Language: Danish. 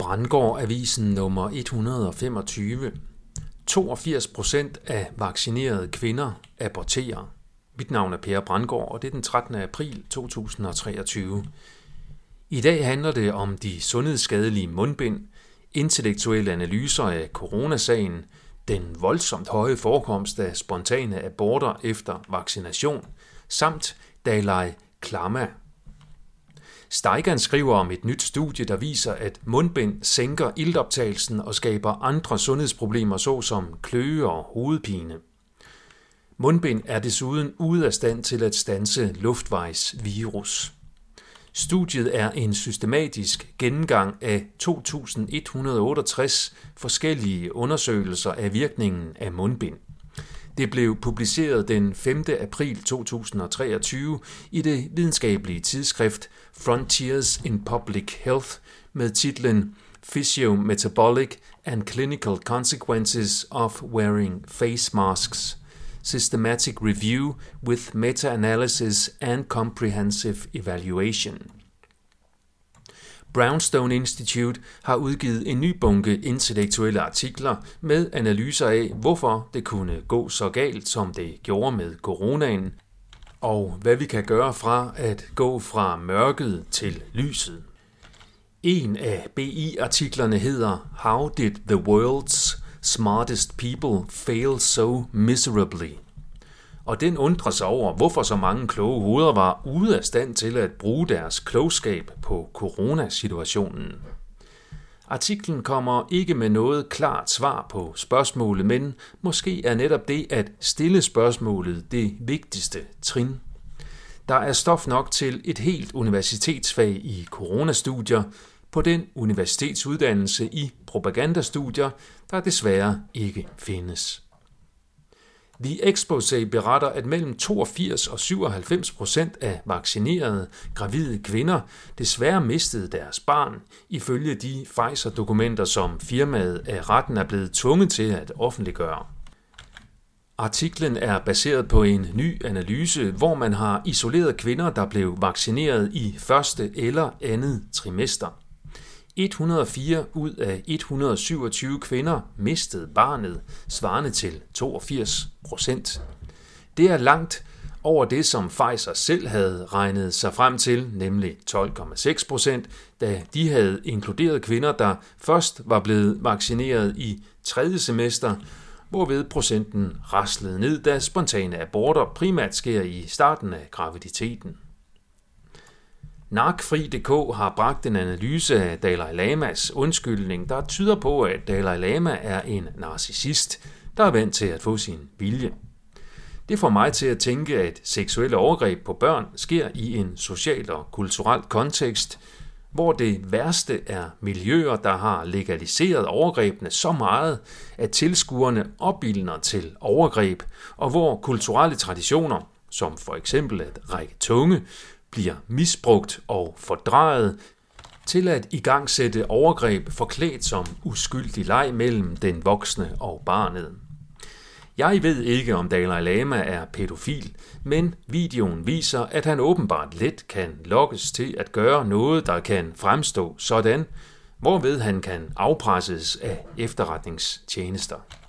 Brandgård-avisen nummer 125. 82% af vaccinerede kvinder aborterer. Mit navn er Per Brandgård, og det er den 13. april 2023. I dag handler det om de sundhedsskadelige mundbind, intellektuelle analyser af coronasagen, den voldsomt høje forekomst af spontane aborter efter vaccination, samt Dalai Lama. Steigan skriver om et nyt studie, der viser, at mundbind sænker iltoptagelsen og skaber andre sundhedsproblemer, såsom kløe og hovedpine. Mundbind er desuden ude af stand til at standse luftvejsvirus. Studiet er en systematisk gennemgang af 2168 forskellige undersøgelser af virkningen af mundbind. Det blev publiceret den 5. april 2023 i det videnskabelige tidsskrift Frontiers in Public Health med titlen Physio-Metabolic and Clinical Consequences of Wearing Face Masks. Systematic Review with Meta-Analysis and Comprehensive Evaluation. Brownstone Institute har udgivet en ny bunke intellektuelle artikler med analyser af, hvorfor det kunne gå så galt, som det gjorde med coronaen, og hvad vi kan gøre fra at gå fra mørket til lyset. En af BI-artiklerne hedder How did the world's smartest people fail so miserably? Og den undrer sig over, hvorfor så mange kloge hoveder var ude af stand til at bruge deres klogskab på coronasituationen. Artiklen kommer ikke med noget klart svar på spørgsmålet, men måske er netop det at stille spørgsmålet det vigtigste trin. Der er stof nok til et helt universitetsfag i coronastudier på den universitetsuddannelse i propagandastudier, der desværre ikke findes. The Exposé beretter, at mellem 82 og 97% af vaccinerede gravide kvinder desværre mistede deres barn, ifølge de Pfizer-dokumenter, som firmaet af retten er blevet tvunget til at offentliggøre. Artiklen er baseret på en ny analyse, hvor man har isoleret kvinder, der blev vaccineret i første eller andet trimester. 104 ud af 127 kvinder mistede barnet, svarende til 82%. Det er langt over det, som Pfizer selv havde regnet sig frem til, nemlig 12,6%, da de havde inkluderet kvinder, der først var blevet vaccineret i 3. semester, hvorved procenten raslede ned, da spontane aborter primært sker i starten af graviditeten. Narkfri.dk har bragt en analyse af Dalai Lamas undskyldning, der tyder på, at Dalai Lama er en narcissist, der er vant til at få sin vilje. Det får mig til at tænke, at seksuelle overgreb på børn sker i en social og kulturel kontekst, hvor det værste er miljøer, der har legaliseret overgrebene så meget, at tilskuerne opildner til overgreb, og hvor kulturelle traditioner, som for eksempel at række tunge, bliver misbrugt og fordrejet til at igangsætte overgreb forklædt som uskyldig leg mellem den voksne og barnet. Jeg ved ikke, om Dalai Lama er pædofil, men videoen viser, at han åbenbart let kan lokkes til at gøre noget, der kan fremstå sådan, hvorved han kan afpresses af efterretningstjenester.